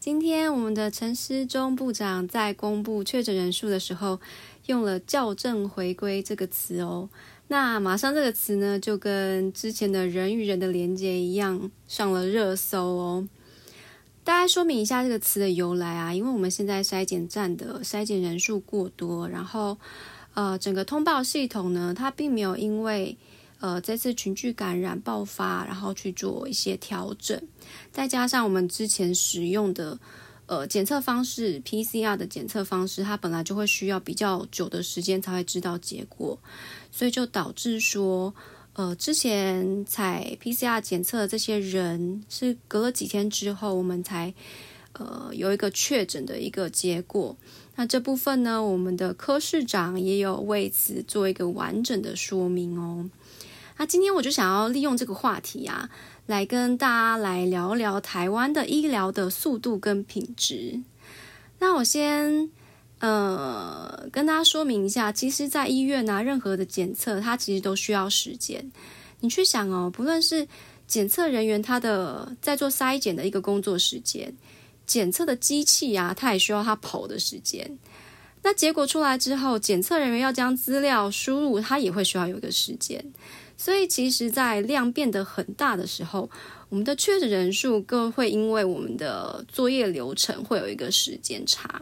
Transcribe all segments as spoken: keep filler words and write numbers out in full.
今天我们的陈时中部长在公布确诊人数的时候，用了校正回归这个词哦。那马上这个词呢，就跟之前的人与人的连结一样，上了热搜哦。大概说明一下这个词的由来啊，因为我们现在筛检站的筛检人数过多，然后呃，整个通报系统呢，它并没有因为呃这次群聚感染爆发，然后去做一些调整，再加上我们之前使用的呃检测方式 P C R 的检测方式，它本来就会需要比较久的时间才会知道结果，所以就导致说呃之前采 P C R 检测的这些人是隔了几天之后我们才呃有一个确诊的一个结果。那这部分呢，我们的柯市长也有为此做一个完整的说明哦。那今天我就想要利用这个话题啊，来跟大家来聊聊台湾的医疗的速度跟品质。那我先呃跟大家说明一下，其实在医院啊，任何的检测它其实都需要时间。你去想哦，不论是检测人员他的在做筛检的一个工作时间，检测的机器啊，它也需要它跑的时间。那结果出来之后，检测人员要将资料输入，它也会需要有一个时间。所以其实在量变得很大的时候，我们的确诊人数更会因为我们的作业流程会有一个时间差。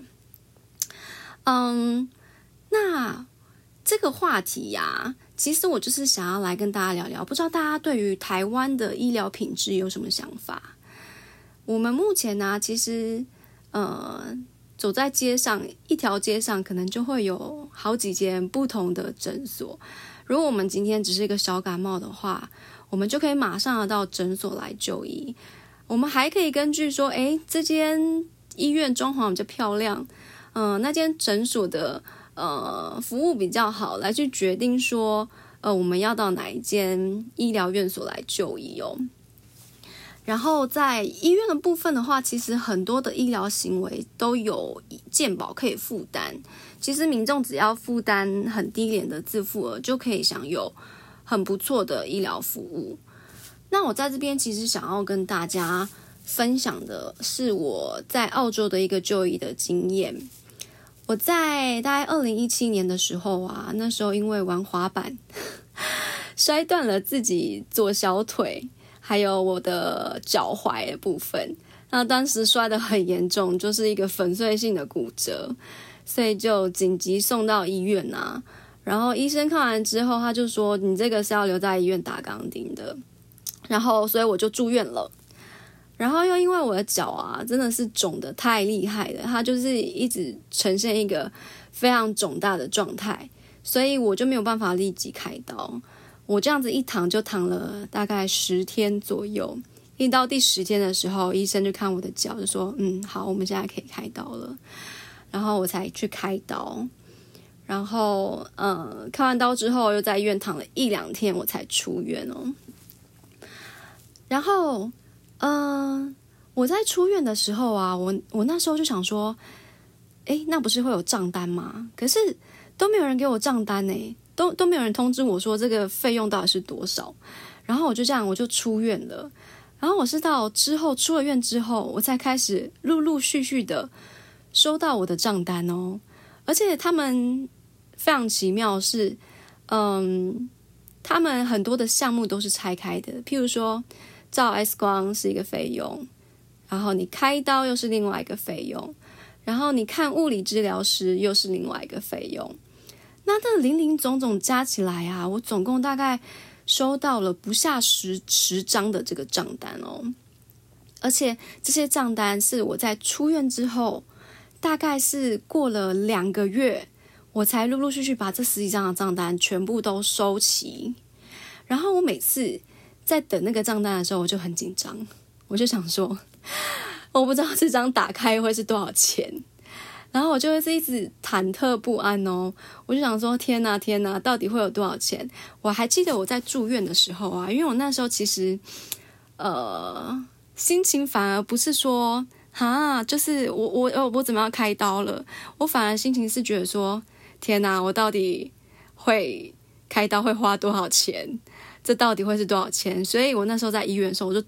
嗯，那这个话题呀、啊，其实我就是想要来跟大家聊聊，不知道大家对于台湾的医疗品质有什么想法？我们目前呢、啊，其实呃走在街上，一条街上可能就会有好几间不同的诊所。如果我们今天只是一个小感冒的话，我们就可以马上到诊所来就医。我们还可以根据说，诶，这间医院装潢比较漂亮，嗯、呃，那间诊所的呃服务比较好，来去决定说，呃，我们要到哪一间医疗院所来就医哦。然后在医院的部分的话，其实很多的医疗行为都有健保可以负担。其实民众只要负担很低廉的自付额，就可以享有很不错的医疗服务。那我在这边其实想要跟大家分享的是我在澳洲的一个就医的经验。我在大概二零一七年的时候啊，那时候因为玩滑板摔断了自己左小腿，还有我的脚踝的部分。那当时摔得很严重，就是一个粉碎性的骨折，所以就紧急送到医院啊。然后医生看完之后，他就说你这个是要留在医院打钢钉的。然后所以我就住院了。然后又因为我的脚啊真的是肿得太厉害了，它就是一直呈现一个非常肿大的状态，所以我就没有办法立即开刀。我这样子一躺就躺了大概十天左右，一到第十天的时候，医生就看我的脚就说嗯好，我们现在可以开刀了。然后我才去开刀，然后呃开完刀之后又在医院躺了一两天，我才出院哦。然后呃我在出院的时候啊，我我那时候就想说，诶，那不是会有账单吗？可是都没有人给我账单诶，都都没有人通知我说这个费用到底是多少。然后我就这样我就出院了。然后我是到之后出了院之后，我才开始陆陆续续的收到我的账单哦。而且他们非常奇妙是，嗯，他们很多的项目都是拆开的，譬如说照 X 光是一个费用，然后你开刀又是另外一个费用，然后你看物理治疗师又是另外一个费用。那这零零总总加起来啊，我总共大概收到了不下十十张的这个账单哦。而且这些账单是我在出院之后，大概是过了两个月，我才陆陆续续把这十几张的账单全部都收齐。然后我每次在等那个账单的时候，我就很紧张，我就想说，我不知道这张打开会是多少钱，然后我就会是一直忐忑不安哦。我就想说，天哪天哪，到底会有多少钱？我还记得我在住院的时候啊，因为我那时候其实呃心情反而不是说哈，就是我我我怎么样开刀了，我反而心情是觉得说，天哪，我到底会开刀会花多少钱？这到底会是多少钱？所以我那时候在医院的时候，我就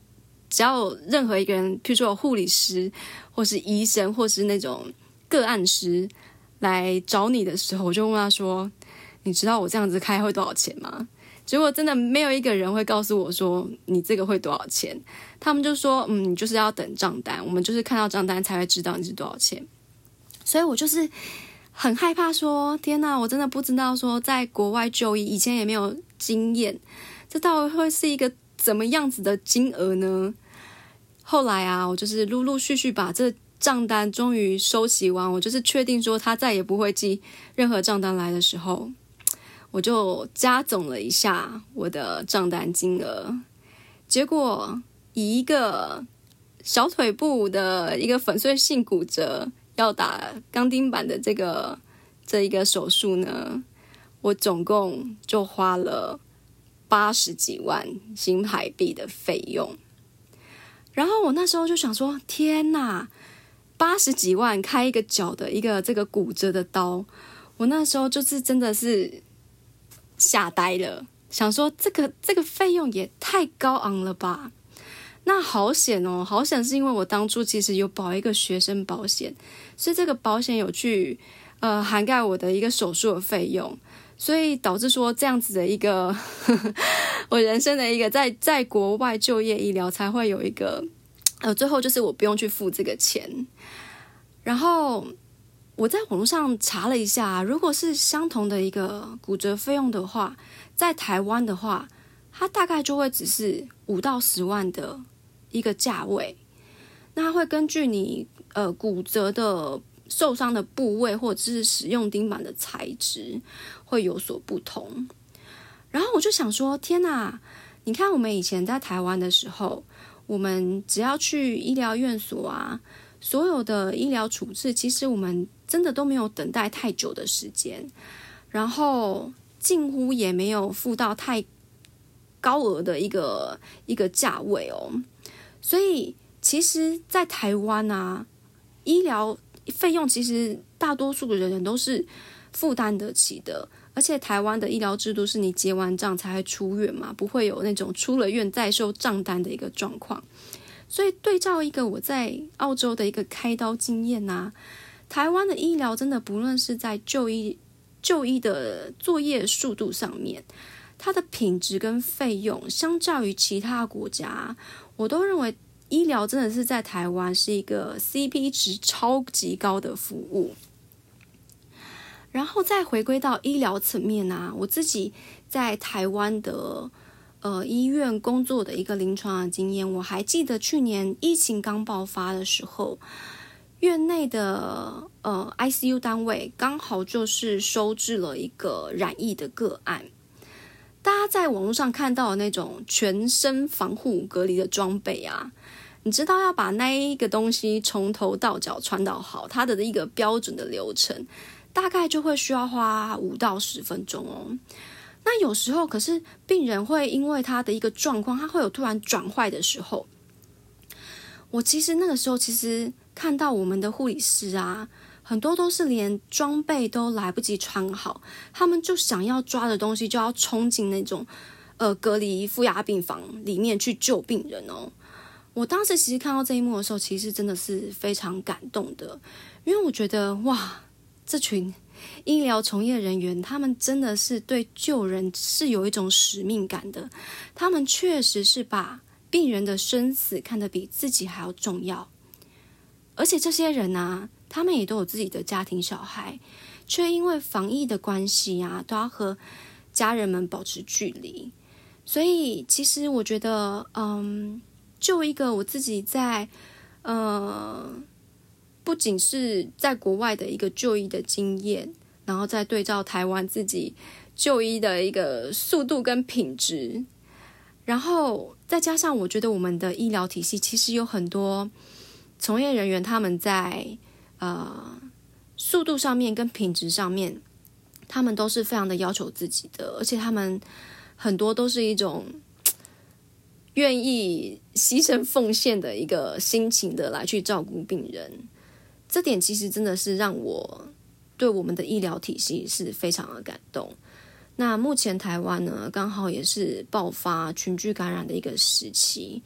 只要有任何一个人，譬如说有护理师或是医生或是那种个案师来找你的时候，我就问他说，你知道我这样子开会多少钱吗？结果真的没有一个人会告诉我说你这个会多少钱，他们就说嗯，你就是要等账单，我们就是看到账单才会知道你是多少钱。所以我就是很害怕说，天哪，我真的不知道说在国外就医，以前也没有经验，这到底会是一个怎么样子的金额呢？后来啊，我就是陆陆续续把这账单终于收集完，我就是确定说他再也不会寄任何账单来的时候，我就加总了一下我的账单金额，结果以一个小腿部的一个粉碎性骨折要打钢钉板的这个这一个手术呢，我总共就花了八十几万新台币的费用。然后我那时候就想说，天哪，八十几万开一个脚的一个这个骨折的刀，我那时候就是真的是吓呆了，想说这个这个费用也太高昂了吧。那好险哦，好险是因为我当初其实有保一个学生保险，所以这个保险有去呃涵盖我的一个手术的费用，所以导致说这样子的一个呵呵我人生的一个在在国外就业医疗才会有一个呃最后就是我不用去付这个钱。然后我在网络上查了一下，如果是相同的一个骨折费用的话，在台湾的话，它大概就会只是五到十万的一个价位。那它会根据你呃骨折的受伤的部位或者是使用钉板的材质会有所不同。然后我就想说，天哪，你看我们以前在台湾的时候，我们只要去医疗院所啊，所有的医疗处置其实我们真的都没有等待太久的时间，然后近乎也没有付到太高额的一个一个价位哦。所以其实在台湾啊，医疗费用其实大多数的人都是负担得起的，而且台湾的医疗制度是你结完账才会出院嘛，不会有那种出了院再收账单的一个状况。所以对照一个我在澳洲的一个开刀经验啊，台湾的医疗真的不论是在就医就医的作业速度上面，它的品质跟费用相较于其他国家，我都认为医疗真的是在台湾是一个 C P 值超级高的服务。然后再回归到医疗层面啊，我自己在台湾的呃医院工作的一个临床的经验，我还记得去年疫情刚爆发的时候，院内的呃 I C U 单位刚好就是收治了一个染疫的个案。大家在网络上看到的那种全身防护隔离的装备啊，你知道要把那一个东西从头到脚穿到好，它的一个标准的流程大概就会需要花五到十分钟哦。那有时候可是病人会因为他的一个状况，他会有突然转坏的时候，我其实那个时候其实看到我们的护理师啊，很多都是连装备都来不及穿好，他们就想要抓的东西就要冲进那种呃隔离负压病房里面去救病人哦。我当时其实看到这一幕的时候，其实真的是非常感动的，因为我觉得哇，这群医疗从业人员他们真的是对救人是有一种使命感的，他们确实是把病人的生死看得比自己还要重要。而且这些人啊，他们也都有自己的家庭小孩，却因为防疫的关系啊，都要和家人们保持距离。所以其实我觉得嗯，就一个我自己在呃不仅是在国外的一个就医的经验，然后再对照台湾自己就医的一个速度跟品质，然后再加上我觉得我们的医疗体系其实有很多从业人员，他们在呃速度上面跟品质上面，他们都是非常的要求自己的，而且他们很多都是一种愿意牺牲奉献的一个心情的来去照顾病人。这点其实真的是让我对我们的医疗体系是非常的感动。那目前台湾呢，刚好也是爆发群聚感染的一个时期，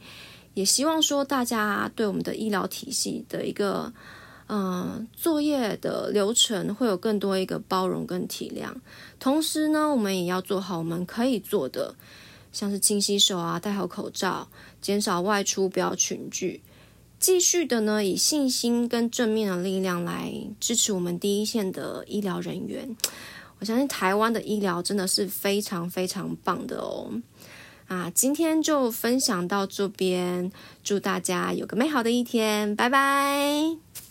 也希望说大家对我们的医疗体系的一个嗯，作业的流程会有更多一个包容跟体谅，同时呢，我们也要做好我们可以做的，像是勤洗手啊，戴好口罩，减少外出，不要群聚，继续的呢，以信心跟正面的力量来支持我们第一线的医疗人员。我相信台湾的医疗真的是非常非常棒的哦。啊，今天就分享到这边，祝大家有个美好的一天，拜拜。